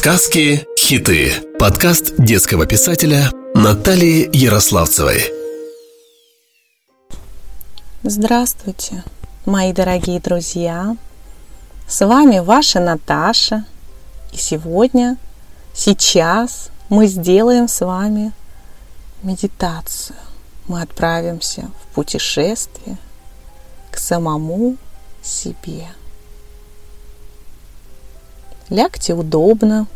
Сказки, хиты. Подкаст детского писателя Натальи Ярославцевой. Здравствуйте, мои дорогие друзья! С вами ваша Наташа. И сейчас мы сделаем с вами медитацию. Мы отправимся в путешествие к самому себе. Лягте удобно,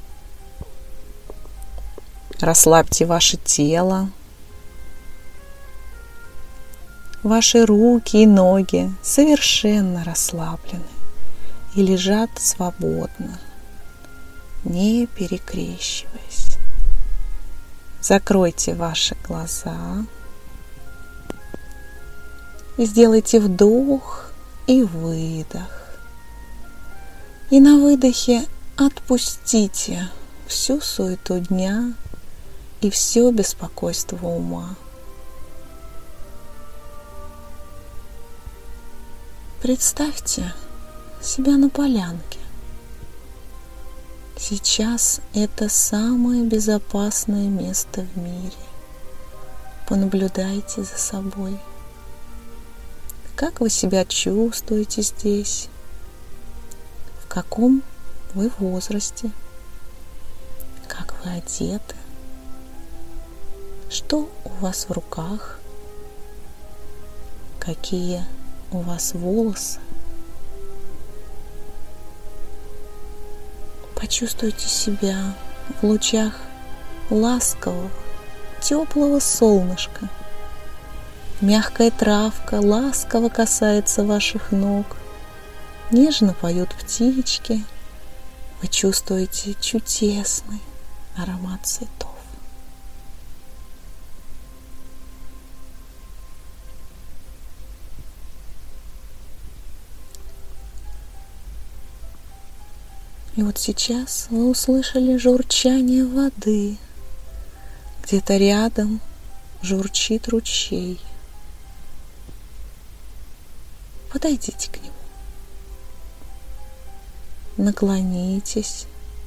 расслабьте ваше тело, ваши руки и ноги совершенно расслаблены и лежат свободно, не перекрещиваясь. Закройте ваши глаза и сделайте вдох и выдох. И на выдохе отпустите всю суету дня и все беспокойство ума. Представьте себя на полянке. Сейчас это самое безопасное место в мире. Понаблюдайте за собой. Как вы себя чувствуете здесь? В каком вы возрасте? Как вы одеты? Что у вас в руках? Какие у вас волосы? Почувствуйте себя в лучах ласкового, теплого солнышка. Мягкая травка ласково касается ваших ног. Нежно поют птички. Вы чувствуете чудесный аромат цветов. И вот сейчас вы услышали журчание воды. Где-то рядом журчит ручей. Подойдите к нему. Наклонитесь.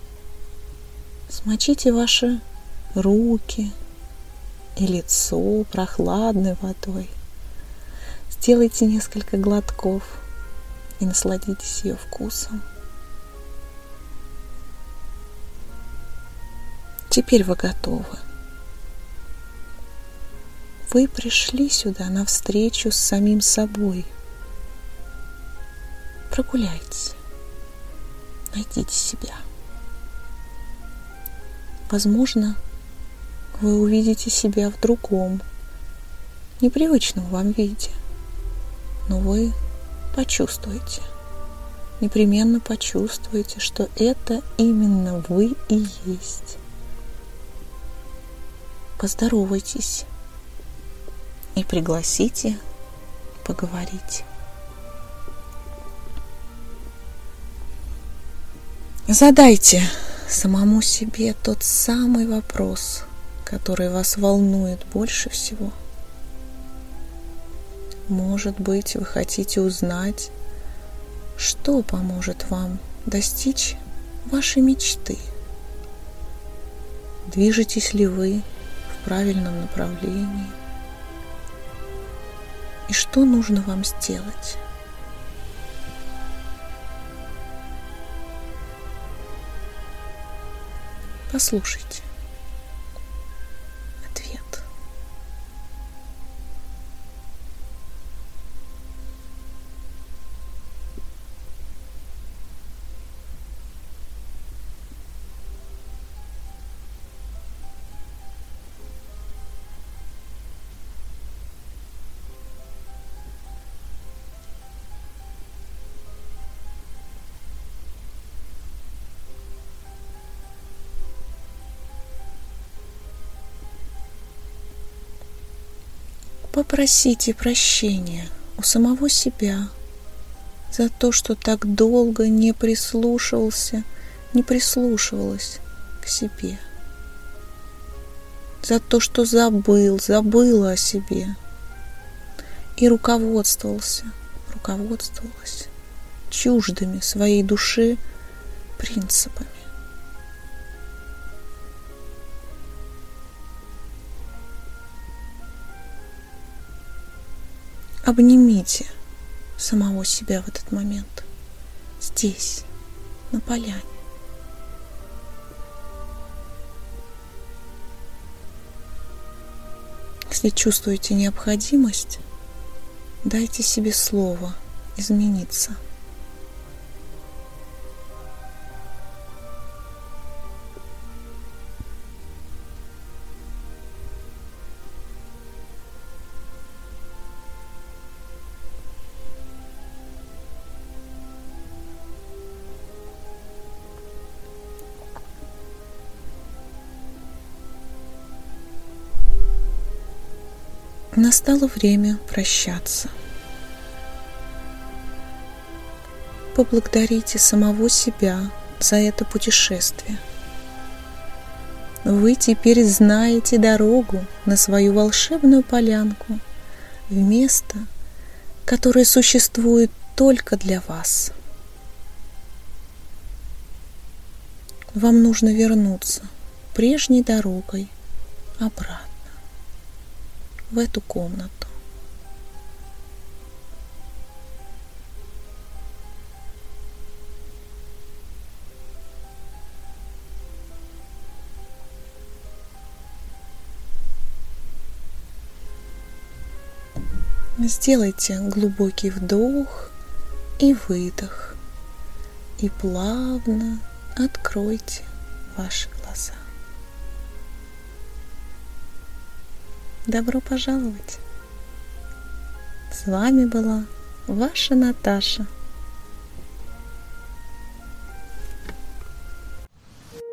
Смочите ваши руки и лицо прохладной водой. Сделайте несколько глотков и насладитесь ее вкусом. Теперь вы готовы. Вы пришли сюда на встречу с самим собой. Прогуляйтесь. Найдите себя. Возможно, вы увидите себя в другом, непривычном вам виде, но вы почувствуете, непременно почувствуете, что это именно вы и есть. Поздоровайтесь и пригласите поговорить. Задайте самому себе тот самый вопрос, который вас волнует больше всего. Может быть, вы хотите узнать, что поможет вам достичь вашей мечты. Движетесь ли вы в правильном направлении? И что нужно вам сделать? Послушайте ответ. Попросите прощения у самого себя за то, что так долго не прислушивалась к себе, за то, что забыла о себе и руководствовалась чуждыми своей души принципами. Обнимите самого себя в этот момент, здесь, на поляне. Если чувствуете необходимость, дайте себе слово измениться. Настало время прощаться. Поблагодарите самого себя за это путешествие. Вы теперь знаете дорогу на свою волшебную полянку, в место, которое существует только для вас. Вам нужно вернуться прежней дорогой обратно в эту комнату. Сделайте глубокий вдох и выдох, и плавно откройте ваши глаза. Добро пожаловать! С вами была ваша Наташа.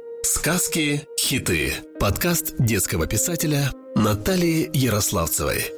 Сказки, хиты. Подкаст детского писателя Натальи Ярославцевой.